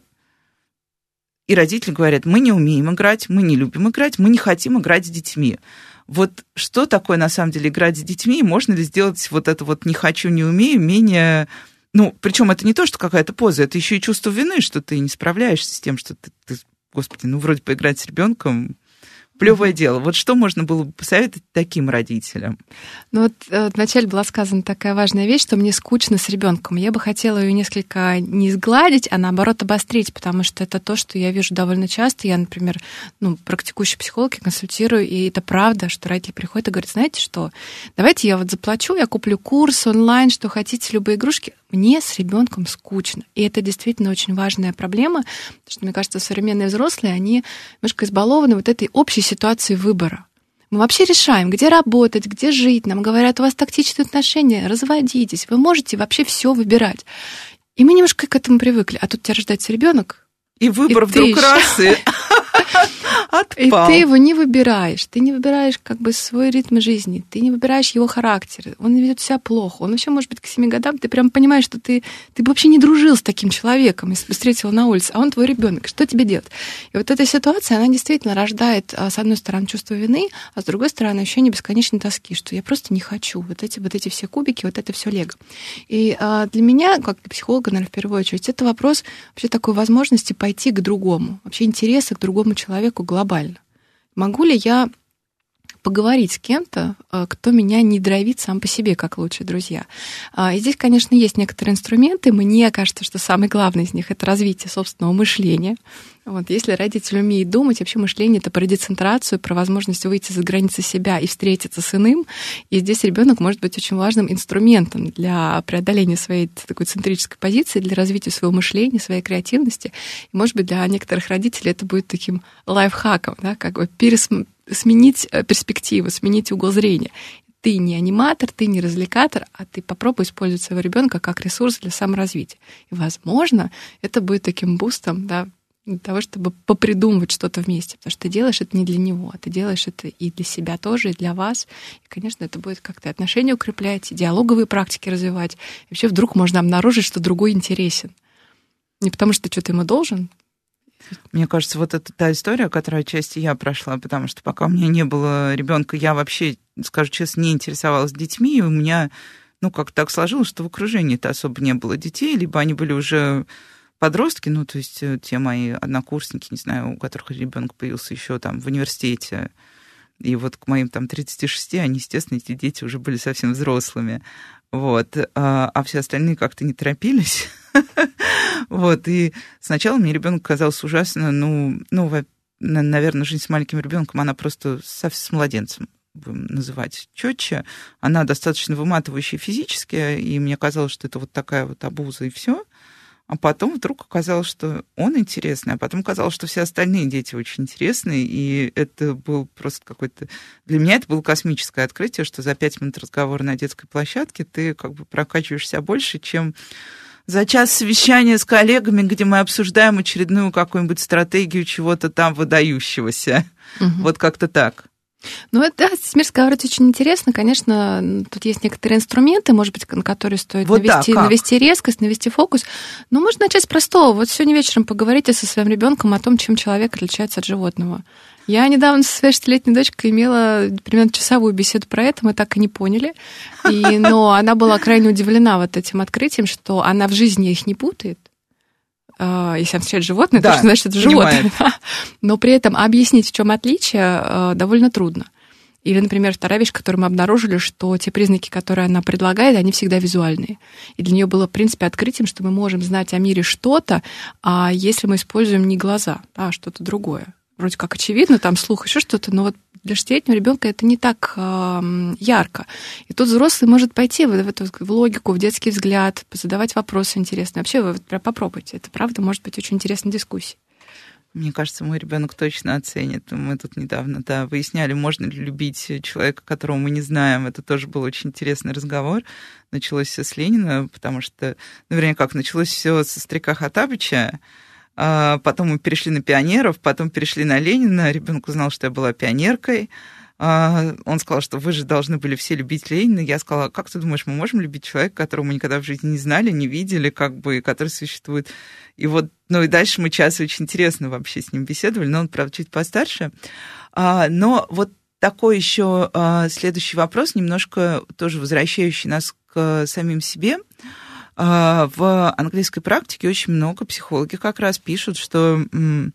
и родители говорят, мы не умеем играть, мы не любим играть, мы не хотим играть с детьми. Вот что такое на самом деле играть с детьми, и можно ли сделать вот это вот «не хочу, не умею» менее... Ну, причем это не то, что какая-то поза, это еще и чувство вины, что ты не справляешься с тем, что ты, ты господи, ну, вроде поиграть с ребенком плевое дело. Вот что можно было бы посоветовать таким родителям? Ну вот э, вначале была сказана такая важная вещь, что мне скучно с ребенком. Я бы хотела ее несколько не сгладить, а наоборот обострить, потому что это то, что я вижу довольно часто. Я, например, ну, практикующий психолог, я консультирую, и это правда, что родители приходят и говорят, знаете что, давайте я вот заплачу, я куплю курс онлайн, что хотите, любые игрушки. Мне с ребенком скучно. И это действительно очень важная проблема, потому что, мне кажется, современные взрослые, они немножко избалованы вот этой общей ситуацией выбора. Мы вообще решаем, где работать, где жить. Нам говорят, у вас токсичные отношения, разводитесь, вы можете вообще все выбирать. И мы немножко к этому привыкли. А тут у тебя рождается ребенок. И выбор и вдруг раз и отпал. И ты его не выбираешь. Ты не выбираешь как бы свой ритм жизни. Ты не выбираешь его характер. Он ведет себя плохо. Он вообще, может быть, к семи годам ты прям понимаешь, что ты, ты бы вообще не дружил с таким человеком, если бы встретила на улице, а он твой ребенок. Что тебе делать? И вот эта ситуация, она действительно рождает, с одной стороны, чувство вины, а с другой стороны, ощущение бесконечной тоски, что я просто не хочу. Вот эти, вот эти все кубики, вот это все лего. И а, для меня, как для психолога, наверное, в первую очередь, это вопрос вообще такой возможности пойти к другому, вообще интереса к другому человеку глобально. Могу ли я поговорить с кем-то, кто меня не дровит сам по себе, как лучшие друзья? И здесь, конечно, есть некоторые инструменты. Мне кажется, что самый главный из них — это развитие собственного мышления. Вот, если родитель умеет думать, вообще мышление — это про децентрацию, про возможность выйти за границы себя и встретиться с иным. И здесь ребенок может быть очень важным инструментом для преодоления своей такой центрической позиции, для развития своего мышления, своей креативности. И, может быть, для некоторых родителей это будет таким лайфхаком, да, как бы перес... сменить перспективу, сменить угол зрения. Ты не аниматор, ты не развлекатор, а ты попробуй использовать своего ребенка как ресурс для саморазвития. И, возможно, это будет таким бустом, да, для того, чтобы попридумывать что-то вместе, потому что ты делаешь это не для него, а ты делаешь это и для себя тоже, и для вас. И, конечно, это будет как-то отношения укреплять, диалоговые практики развивать. И вообще вдруг можно обнаружить, что другой интересен. Не потому что ты что-то ему должен. Мне кажется, вот это та история, которую отчасти я прошла, потому что пока у меня не было ребенка, я вообще, скажу честно, не интересовалась детьми, и у меня, ну, как так сложилось, что в окружении-то особо не было детей, либо они были уже подростки, ну, то есть те мои однокурсники, не знаю, у которых ребенок появился еще там в университете, и вот к моим там тридцати шести, они, естественно, эти дети уже были совсем взрослыми, вот, а, а все остальные как-то не торопились, вот, и сначала мне ребенок казался ужасно, ну, ну, наверное, жизнь с маленьким ребенком, она просто с, с младенцем, будем называть четче, она достаточно выматывающая физически, и мне казалось, что это вот такая вот обуза, и все. А потом вдруг оказалось, что он интересный, а потом оказалось, что все остальные дети очень интересные, и это был просто какой-то... Для меня это было космическое открытие, что за пять минут разговора на детской площадке ты как бы прокачиваешься больше, чем за час совещания с коллегами, где мы обсуждаем очередную какую-нибудь стратегию чего-то там выдающегося. Угу. Вот как-то так. Ну, это, да, с мир разговаривать очень интересно. Конечно, тут есть некоторые инструменты, может быть, на которые стоит вот навести, да, навести резкость, навести фокус. Но можно начать с простого. Вот сегодня вечером поговорите со своим ребенком о том, чем человек отличается от животного. Я недавно со своей шестилетней дочкой имела примерно часовую беседу про это, мы так и не поняли. И, но она была крайне удивлена вот этим открытием, что она в жизни их не путает. Если она встречает животное, да, то что значит это животное. Но при этом объяснить, в чем отличие, довольно трудно. Или, например, вторая вещь, которую мы обнаружили, что те признаки, которые она предлагает, они всегда визуальные. И для нее было, в принципе, открытием, что мы можем знать о мире что-то, а если мы используем не глаза, а что-то другое. Вроде как очевидно, там слух, еще что-то, но вот для шестилетнего ребенка это не так э, ярко. И тут взрослый может пойти в, в эту в логику, в детский взгляд, задавать вопросы интересные. Вообще вы вот попробуйте. Это правда может быть очень интересной дискуссией. Мне кажется, мой ребенок точно оценит. Мы тут недавно да, выясняли, можно ли любить человека, которого мы не знаем. Это тоже был очень интересный разговор. Началось все с Ленина, потому что, ну, вернее, как, началось все со Старика Хоттабыча. Потом мы перешли на пионеров, потом перешли на Ленина. Ребенок узнал, что я была пионеркой. Он сказал, что вы же должны были все любить Ленина. Я сказала, как ты думаешь, мы можем любить человека, которого мы никогда в жизни не знали, не видели, как бы, который существует? И вот, ну и дальше мы час очень интересно вообще с ним беседовали, но он, правда, чуть постарше. Но вот такой еще следующий вопрос, немножко тоже возвращающий нас к самим себе. В английской практике очень много психологи как раз пишут, что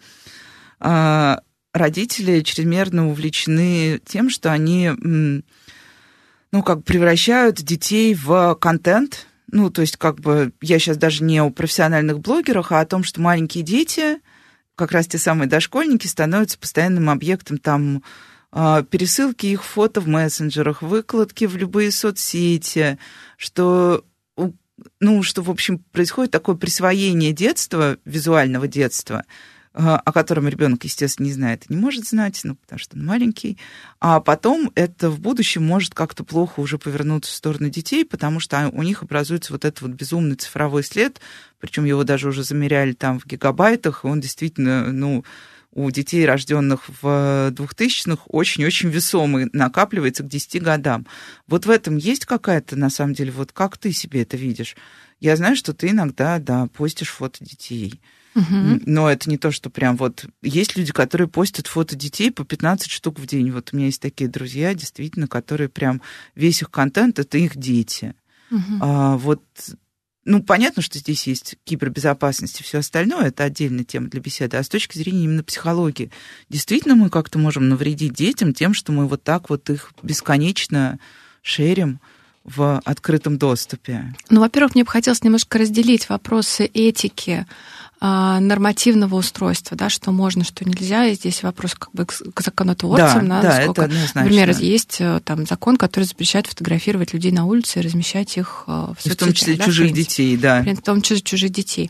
родители чрезмерно увлечены тем, что они, ну, как бы превращают детей в контент. Ну, то есть, как бы, я сейчас даже не о профессиональных блогерах, а о том, что маленькие дети, как раз те самые дошкольники, становятся постоянным объектом там пересылки их фото в мессенджерах, выкладки в любые соцсети, что... Ну, что, в общем, происходит такое присвоение детства, визуального детства, о котором ребенок, естественно, не знает и не может знать, ну, потому что он маленький. А потом это в будущем может как-то плохо уже повернуться в сторону детей, потому что у них образуется вот этот вот безумный цифровой след, причем его даже уже замеряли там в гигабайтах, и он действительно, ну, у детей, рожденных в двухтысячных, очень-очень весомый, накапливается к десяти годам. Вот в этом есть какая-то, на самом деле, вот как ты себе это видишь? Я знаю, что ты иногда, да, постишь фото детей. Угу. Но это не то, что прям вот... Есть люди, которые постят фото детей по пятнадцать штук в день. Вот у меня есть такие друзья, действительно, которые прям... Весь их контент — это их дети. Угу. А, вот... Ну, понятно, что здесь есть кибербезопасность и все остальное, это отдельная тема для беседы, а с точки зрения именно психологии, действительно мы как-то можем навредить детям тем, что мы вот так вот их бесконечно шерим в открытом доступе? Ну, во-первых, мне бы хотелось немножко разделить вопросы этики, нормативного устройства, да, что можно, что нельзя. И здесь вопрос как бы к законотворцам. Да, да, да, это однозначно. Например, есть там закон, который запрещает фотографировать людей на улице и размещать их в соцсетях. В том числе да, чужих детей, да. В том числе чужих детей.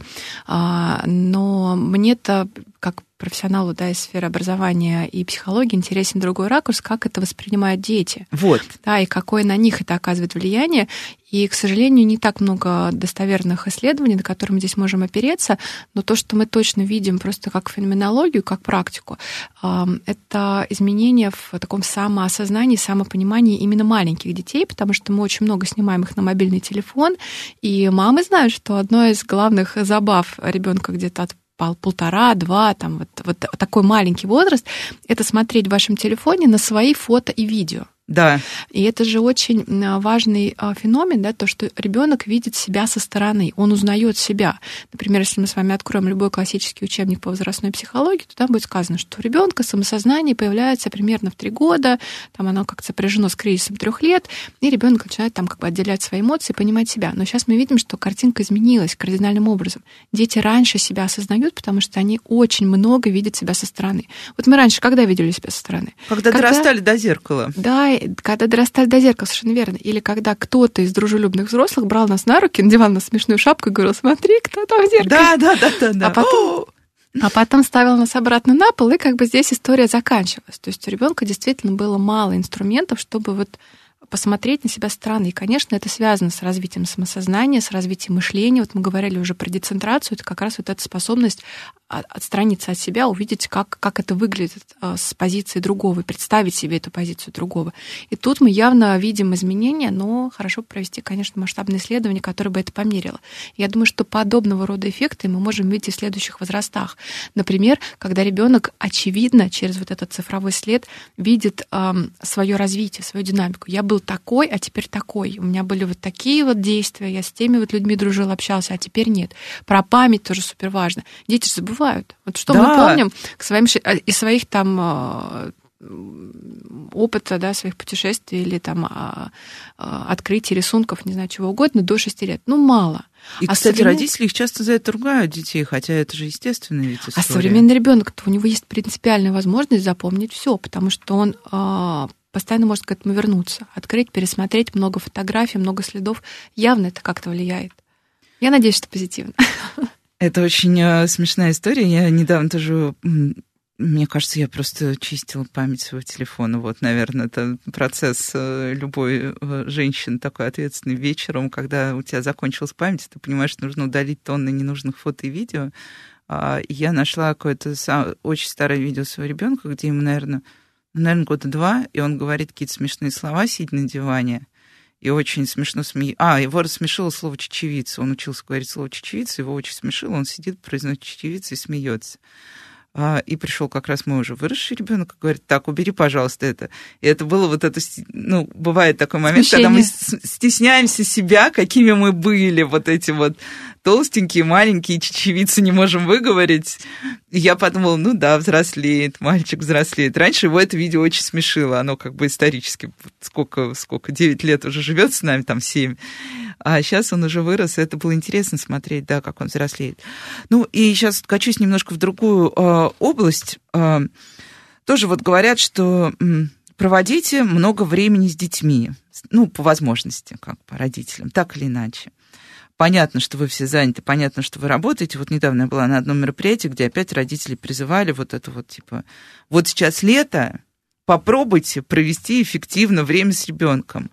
Но мне-то, как профессионалу, да, из сферы образования и психологии, интересен другой ракурс, как это воспринимают дети. Вот. Да, и какое на них это оказывает влияние. И, к сожалению, не так много достоверных исследований, на которые мы здесь можем опереться, но то, что мы точно видим просто как феноменологию, как практику, это изменения в таком самоосознании, самопонимании именно маленьких детей, потому что мы очень много снимаем их на мобильный телефон, и мамы знают, что одно из главных забав ребенка где-то от полтора-два, там вот, вот такой маленький возраст, это смотреть в вашем телефоне на свои фото и видео. Да. И это же очень важный феномен, да, то, что ребенок видит себя со стороны, он узнает себя. Например, если мы с вами откроем любой классический учебник по возрастной психологии, то там будет сказано, что у ребенка самосознание появляется примерно в три года, там оно как-то сопряжено с кризисом трех лет, и ребенок начинает там как бы отделять свои эмоции, понимать себя. Но сейчас мы видим, что картинка изменилась кардинальным образом. Дети раньше себя осознают, потому что они очень много видят себя со стороны. Вот мы раньше когда видели себя со стороны? Когда, когда... дорастали до зеркала. Да, когда дорастали до зеркала, совершенно верно. Или когда кто-то из дружелюбных взрослых брал нас на руки, надевал на смешную шапку и говорил: смотри, кто там в зеркале. Да, да, да, да, да. А потом, а потом ставил нас обратно на пол, и как бы здесь история заканчивалась. То есть у ребенка действительно было мало инструментов, чтобы вот посмотреть на себя стороны. И, конечно, это связано с развитием самосознания, с развитием мышления. Вот мы говорили уже про децентрацию. Это как раз вот эта способность отстраниться от себя, увидеть, как, как это выглядит с позиции другого, и представить себе эту позицию другого. И тут мы явно видим изменения, но хорошо провести, конечно, масштабное исследование, которое бы это померило. Я думаю, что подобного рода эффекты мы можем видеть и в следующих возрастах. Например, когда ребенок очевидно через вот этот цифровой след видит эм, свое развитие, свою динамику. Я был такой, а теперь такой. У меня были вот такие вот действия, я с теми вот людьми дружил, общался, а теперь нет. Про память тоже супер важно. Дети же забывают. Вот что да. мы помним к своим, из своих там опыта, да, своих путешествий или там открытий, рисунков, не знаю, чего угодно, до шести лет. Ну, мало. И, а кстати, современ... родители их часто за это ругают, детей, хотя это же естественная ведь история. А современный ребенок, у него есть принципиальная возможность запомнить все, потому что он постоянно может к этому вернуться, открыть, пересмотреть много фотографий, много следов. Явно это как-то влияет. Я надеюсь, что позитивно. Это очень э, смешная история. Я недавно тоже, мне кажется, я просто чистила память своего телефона. Вот, наверное, это процесс э, любой э, женщины такой ответственный вечером, когда у тебя закончилась память, ты понимаешь, что нужно удалить тонны ненужных фото и видео. А, и я нашла какое-то сам, очень старое видео своего ребенка, где ему, наверное, наверное, года два, и он говорит какие-то смешные слова, сидя на диване. И очень смешно смеется. А, его рассмешило слово «чечевица». Он учился говорить слово «чечевица», его очень смешило. Он сидит, произносит «чечевица» и смеется. А, и пришел как раз мой уже выросший ребенок и говорит: так, убери, пожалуйста, это. И это было вот это, ну, бывает такой момент, Смещение. Когда мы стесняемся себя, какими мы были, вот эти вот толстенькие, маленькие, чечевицы не можем выговорить. И я подумала, ну да, взрослеет, мальчик взрослеет. Раньше его это видео очень смешило, оно как бы исторически, сколько, сколько, девять лет уже живет с нами, там семь. А сейчас он уже вырос, и это было интересно смотреть, да, как он взрослеет. Ну, и сейчас качусь немножко в другую э, область. Э, тоже вот говорят, что э, проводите много времени с детьми, ну, по возможности, как по родителям, так или иначе. Понятно, что вы все заняты, понятно, что вы работаете. Вот недавно я была на одном мероприятии, где опять родители призывали вот это вот, типа, вот сейчас лето, попробуйте провести эффективно время с ребенком.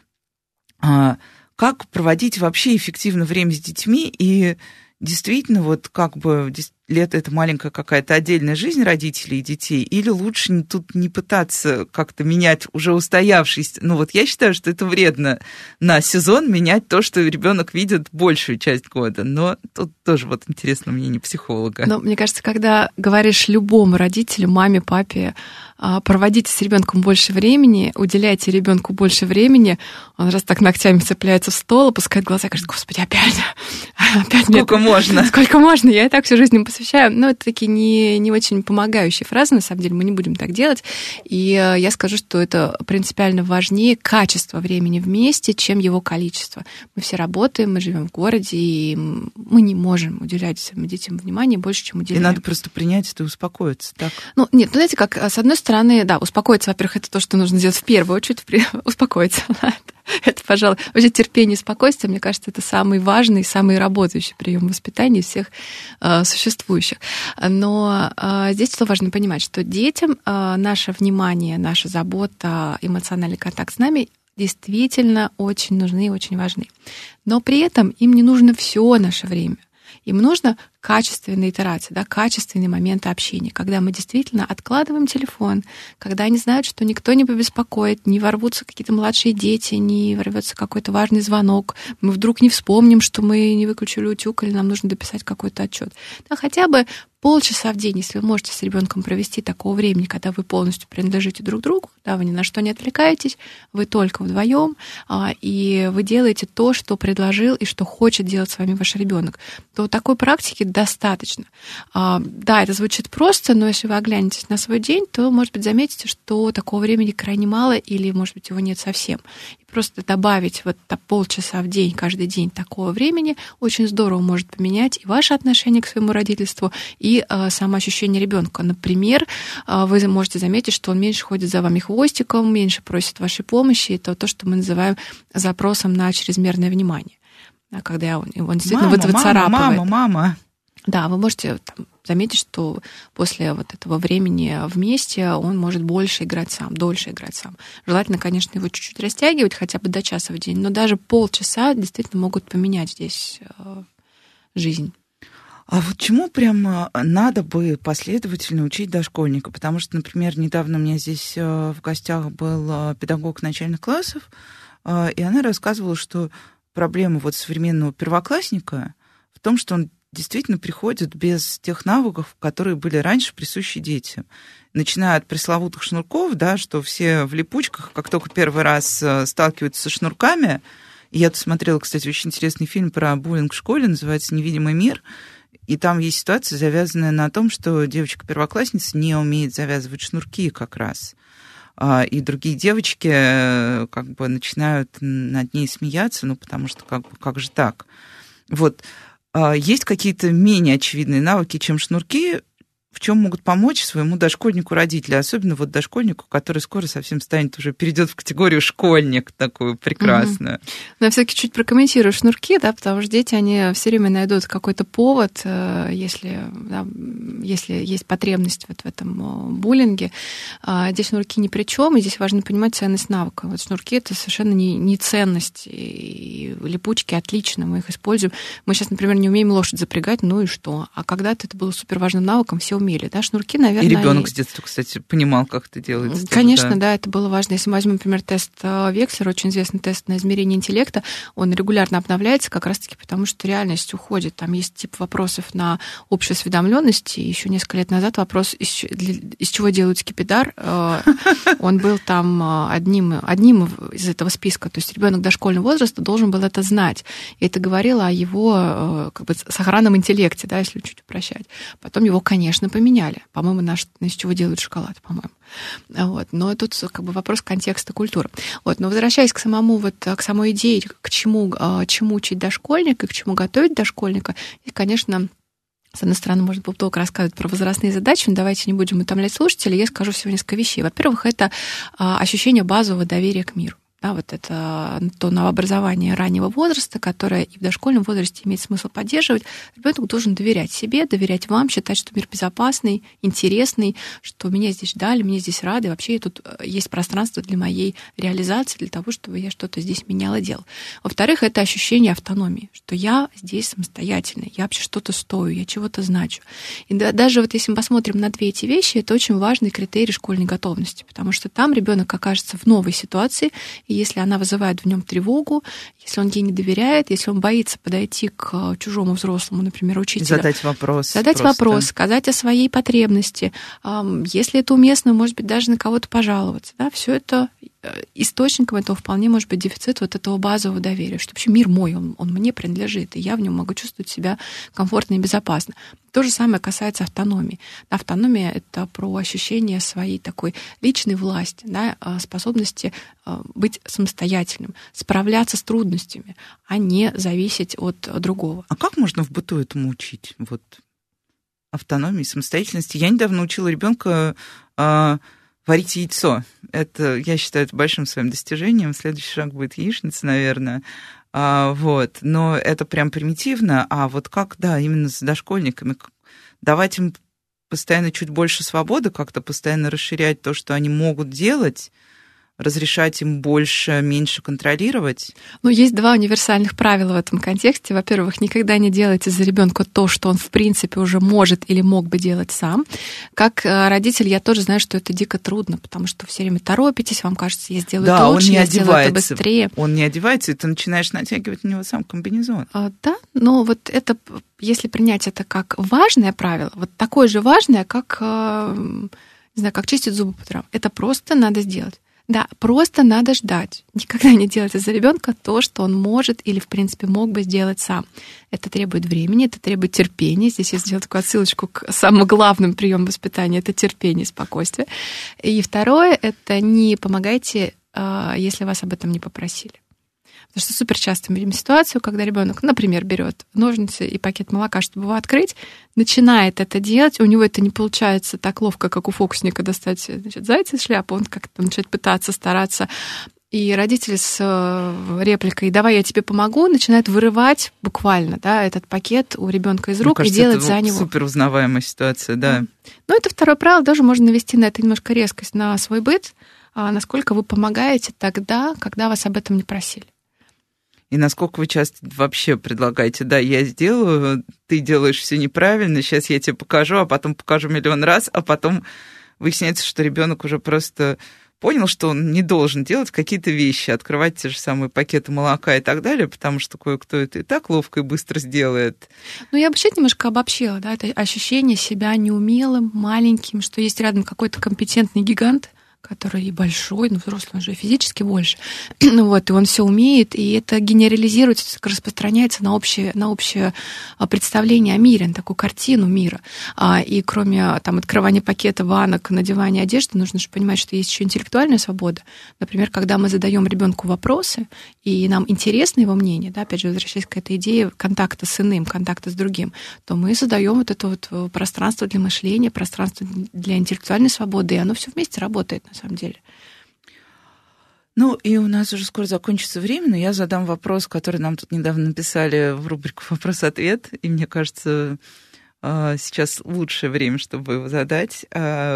А, как проводить вообще эффективно время с детьми? И действительно, вот как бы лето — это маленькая какая-то отдельная жизнь родителей и детей, или лучше тут не пытаться как-то менять уже устоявшийся? Ну вот я считаю, что это вредно на сезон менять то, что ребенок видит большую часть года, но тут тоже вот интересно мнение психолога. Но мне кажется, когда говоришь любому родителю, маме, папе, проводите с ребенком больше времени, уделяйте ребенку больше времени, он раз так ногтями цепляется в стол, опускает глаза и говорит: господи, опять, опять сколько мне... можно? Сколько можно? Я и так всю жизнь им посвящаю. Но это такие не, не очень помогающие фразы, на самом деле, мы не будем так делать. И я скажу, что это принципиально важнее качество времени вместе, чем его количество. Мы все работаем, мы живем в городе, и мы не можем уделять своим детям внимание больше, чем уделяем. И надо просто принять это и успокоиться, так? Ну, нет, ну, знаете, как, с одной стороны, да, успокоиться, во-первых, это то, что нужно сделать в первую очередь, успокоиться. Это, пожалуй, вообще терпение и спокойствие, мне кажется, это самый важный, самый работающий прием воспитания из всех э, существующих. Но э, здесь что важно понимать, что детям э, наше внимание, наша забота, эмоциональный контакт с нами действительно очень нужны и очень важны. Но при этом им не нужно все наше время. Им нужно качественные итерации, да, качественные моменты общения, когда мы действительно откладываем телефон, когда они знают, что никто не побеспокоит, не ворвутся какие-то младшие дети, не ворвется какой-то важный звонок, мы вдруг не вспомним, что мы не выключили утюг или нам нужно дописать какой-то отчет. Да, хотя бы полчаса в день, если вы можете с ребенком провести такого времени, когда вы полностью принадлежите друг другу, да, вы ни на что не отвлекаетесь, вы только вдвоем, а, и вы делаете то, что предложил и что хочет делать с вами ваш ребенок, то такой практики достаточно. Да, это звучит просто, но если вы оглянетесь на свой день, то, может быть, заметите, что такого времени крайне мало или, может быть, его нет совсем. И просто добавить вот полчаса в день, каждый день такого времени очень здорово может поменять и ваше отношение к своему родительству, и самоощущение ребенка. Например, вы можете заметить, что он меньше ходит за вами хвостиком, меньше просит вашей помощи. Это то, что мы называем запросом на чрезмерное внимание. Когда он, он действительно мама, выцарапывает. Мама, мама, мама. Да, вы можете там заметить, что после вот этого времени вместе он может больше играть сам, дольше играть сам. Желательно, конечно, его чуть-чуть растягивать, хотя бы до часа в день, но даже полчаса действительно могут поменять здесь жизнь. А вот чему прям надо бы последовательно учить дошкольника? Потому что, например, недавно у меня здесь в гостях был педагог начальных классов, и она рассказывала, что проблема вот современного первоклассника в том, что он действительно приходит без тех навыков, которые были раньше присущи детям. Начиная от пресловутых шнурков, да, что все в липучках, как только первый раз сталкиваются со шнурками. Я тут смотрела, кстати, очень интересный фильм про буллинг в школе, называется «Невидимый мир». И там есть ситуация, завязанная на том, что девочка-первоклассница не умеет завязывать шнурки как раз. И другие девочки как бы начинают над ней смеяться, ну, потому что как бы, как же так? Вот. Есть какие-то менее очевидные навыки, чем шнурки, в чем могут помочь своему дошкольнику родители, особенно вот дошкольнику, который скоро совсем станет, уже перейдет в категорию школьник, такую прекрасную. Угу. Но я все-таки чуть прокомментирую шнурки, да, потому что дети, они все время найдут какой-то повод, если, да, если есть потребность вот в этом буллинге. Здесь шнурки ни при чем, и здесь важно понимать ценность навыка. Вот шнурки — это совершенно не, не ценность, и липучки отлично, мы их используем. Мы сейчас, например, не умеем лошадь запрягать, ну и что? А когда-то это было суперважным навыком, все умели, да, шнурки, наверное... И ребенок с детства, кстати, понимал, как это делается. Конечно, да. да, это было важно. Если мы возьмем, например, тест Векслера, очень известный тест на измерение интеллекта, он регулярно обновляется как раз-таки потому, что реальность уходит. Там есть тип вопросов на общую осведомленность. Еще несколько лет назад вопрос, из чего делают скипидар, он был там одним, одним из этого списка. То есть ребенок дошкольного возраста должен был это знать. И это говорило о его как бы сохранном интеллекте, да, если чуть упрощать. Потом его, конечно, поменяли. По-моему, наш, из чего делают шоколад, по-моему. Вот. Но тут как бы вопрос контекста культуры. Вот. Но возвращаясь к самому, вот, к самой идее, к чему, чему учить дошкольника и к чему готовить дошкольника, и, конечно, с одной стороны, может быть, долго рассказывать про возрастные задачи, но давайте не будем утомлять слушателей. Я скажу всего несколько вещей. Во-первых, это ощущение базового доверия к миру. Да, вот это то новообразование раннего возраста, которое и в дошкольном возрасте имеет смысл поддерживать. Ребенок должен доверять себе, доверять вам, считать, что мир безопасный, интересный, что меня здесь ждали, меня здесь рады, вообще тут есть пространство для моей реализации, для того, чтобы я что-то здесь меняла, делала. Во-вторых, это ощущение автономии, что я здесь самостоятельная, я вообще что-то стою, я чего-то значу. И даже вот если мы посмотрим на две эти вещи, это очень важный критерий школьной готовности, потому что там ребенок окажется в новой ситуации, и если она вызывает в нем тревогу, если он ей не доверяет, если он боится подойти к чужому взрослому, например, учителю. Задать вопрос. Задать просто. вопрос, сказать о своей потребности. Если это уместно, может быть, даже на кого-то пожаловаться. Да? Все это источником этого вполне может быть дефицит вот этого базового доверия, что вообще мир мой, он, он мне принадлежит, и я в нем могу чувствовать себя комфортно и безопасно. То же самое касается автономии. Автономия — это про ощущение своей такой личной власти, да, способности быть самостоятельным, справляться с трудностями, а не зависеть от другого. А как можно в быту этому учить? Вот автономии, самостоятельности. Я недавно учила ребенка а, варить яйцо. Это, я считаю, это большим своим достижением. Следующий шаг будет яичница, наверное. А, вот. Но это прям примитивно. А вот как, да, именно с дошкольниками, давать им постоянно чуть больше свободы, как-то постоянно расширять то, что они могут делать, разрешать им больше, меньше контролировать? Ну, есть два универсальных правила в этом контексте. Во-первых, никогда не делайте за ребенка то, что он, в принципе, уже может или мог бы делать сам. Как родитель, я тоже знаю, что это дико трудно, потому что все время торопитесь, вам кажется, я сделаю да, это лучше, он не я одевается. сделаю это быстрее. Он не одевается, и ты начинаешь натягивать на него сам комбинезон. А, да, но вот это, если принять это как важное правило, вот такое же важное, как, не знаю, как чистить зубы по утрам, это просто надо сделать. Да, просто надо ждать. Никогда не делать из-за ребенка то, что он может или, в принципе, мог бы сделать сам. Это требует времени, это требует терпения. Здесь я сделаю такую отсылочку к самым главным приемам воспитания. Это терпение и спокойствие. И второе, это не помогайте, если вас об этом не попросили. Потому что супер часто мы видим ситуацию, когда ребенок, например, берет ножницы и пакет молока, чтобы его открыть, начинает это делать, у него это не получается так ловко, как у фокусника достать, значит, зайца из шляпы, он как-то начинает пытаться, стараться. И родители с репликой «давай я тебе помогу» начинают вырывать буквально, да, этот пакет у ребенка из рук. Мне кажется, и делать это за него. Супер узнаваемая ситуация, да. Mm. Ну, это второе правило, тоже можно навести на это немножко резкость, на свой быт, насколько вы помогаете тогда, когда вас об этом не просили. И насколько вы часто вообще предлагаете, да, я сделаю, ты делаешь все неправильно, сейчас я тебе покажу, а потом покажу миллион раз, а потом выясняется, что ребенок уже просто понял, что он не должен делать какие-то вещи, открывать те же самые пакеты молока и так далее, потому что кое-кто это и так ловко и быстро сделает. Ну, я вообще немножко обобщила, да, это ощущение себя неумелым, маленьким, что есть рядом какой-то компетентный гигант, который и большой, но взрослый, он же физически больше. Ну вот, и он все умеет, и это генерализируется, распространяется на общее, на общее представление о мире, на такую картину мира. И кроме там, открывания пакета, банок, надевания одежды, нужно же понимать, что есть еще интеллектуальная свобода. Например, когда мы задаем ребенку вопросы, и нам интересно его мнение, да, опять же, возвращаясь к этой идее контакта с иным, контакта с другим, то мы задаем вот это вот пространство для мышления, пространство для интеллектуальной свободы, и оно все вместе работает. На самом деле. Ну, и у нас уже скоро закончится время, но я задам вопрос, который нам тут недавно написали в рубрику «Вопрос-ответ», и мне кажется, сейчас лучшее время, чтобы его задать.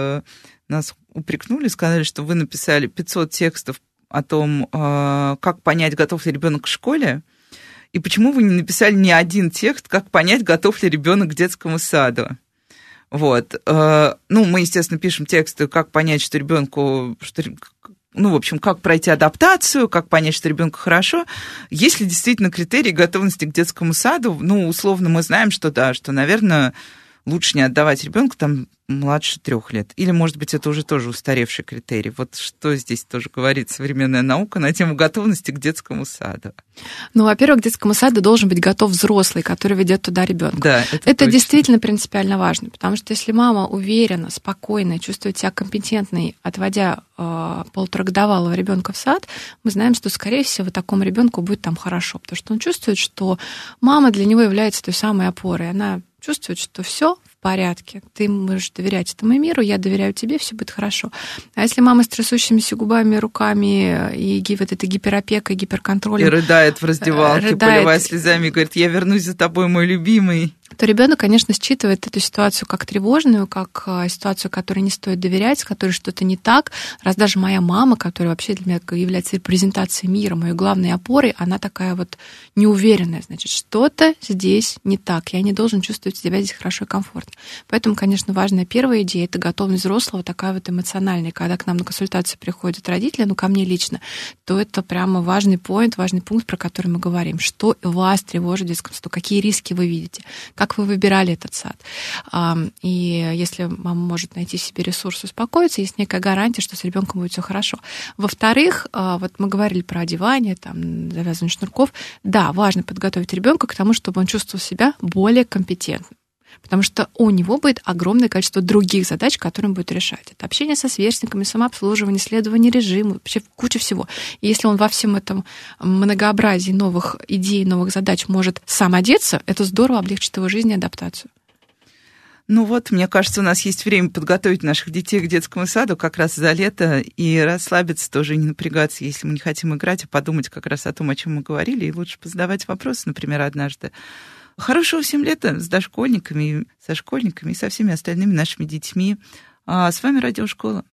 Нас упрекнули, сказали, что вы написали пятьсот текстов о том, как понять, готов ли ребенок к школе, и почему вы не написали ни один текст, как понять, готов ли ребенок к детскому саду. Вот. Ну, мы, естественно, пишем тексты, как понять, что ребенку, что, ну, в общем, как пройти адаптацию, как понять, что ребенку хорошо. Есть ли действительно критерии готовности к детскому саду? Ну, условно, мы знаем, что да, что, наверное, лучше не отдавать ребенка там младше трех лет. Или, может быть, это уже тоже устаревший критерий. Вот что здесь тоже говорит современная наука на тему готовности к детскому саду? Ну, во-первых, к детскому саду должен быть готов взрослый, который ведет туда ребенка. Да, это это действительно принципиально важно, потому что если мама уверена, спокойно, чувствует себя компетентной, отводя э, полуторагодовалого ребенка в сад, мы знаем, что, скорее всего, такому ребенку будет там хорошо, потому что он чувствует, что мама для него является той самой опорой. Она чувствует, что все в порядке, ты можешь доверять этому миру, я доверяю тебе, все будет хорошо. А если мама с трясущимися губами, руками и вот этой гиперопекой, гиперконтролем... И рыдает в раздевалке, рыдает, поливая слезами, и говорит, я вернусь за тобой, мой любимый. То ребенок, конечно, считывает эту ситуацию как тревожную, как ситуацию, которой не стоит доверять, с которой что-то не так. Раз даже моя мама, которая вообще для меня является репрезентацией мира, моей главной опорой, она такая вот неуверенная. Значит, что-то здесь не так. Я не должен чувствовать себя здесь хорошо и комфортно. Поэтому, конечно, важная первая идея — это готовность взрослого, такая вот эмоциональная. Когда к нам на консультацию приходят родители, ну, ко мне лично, то это прямо важный поинт, важный пункт, про который мы говорим. Что вас тревожит в детском саду? Какие риски вы видите? Как вы выбирали этот сад? И если мама может найти в себе ресурс успокоиться, есть некая гарантия, что с ребенком будет все хорошо. Во-вторых, вот мы говорили про одевание, там, завязывание шнурков. Да, важно подготовить ребенка к тому, чтобы он чувствовал себя более компетентным. Потому что у него будет огромное количество других задач, которые он будет решать. Это общение со сверстниками, самообслуживание, следование режиму, вообще куча всего. И если он во всем этом многообразии новых идей, новых задач может сам одеться, это здорово облегчит его жизнь и адаптацию. Ну вот, мне кажется, у нас есть время подготовить наших детей к детскому саду как раз за лето и расслабиться тоже, не напрягаться, если мы не хотим играть, а подумать как раз о том, о чем мы говорили, и лучше позадавать вопросы, например, однажды. Хорошего всем лета с дошкольниками, со школьниками и со всеми остальными нашими детьми. А с вами Радиошкола.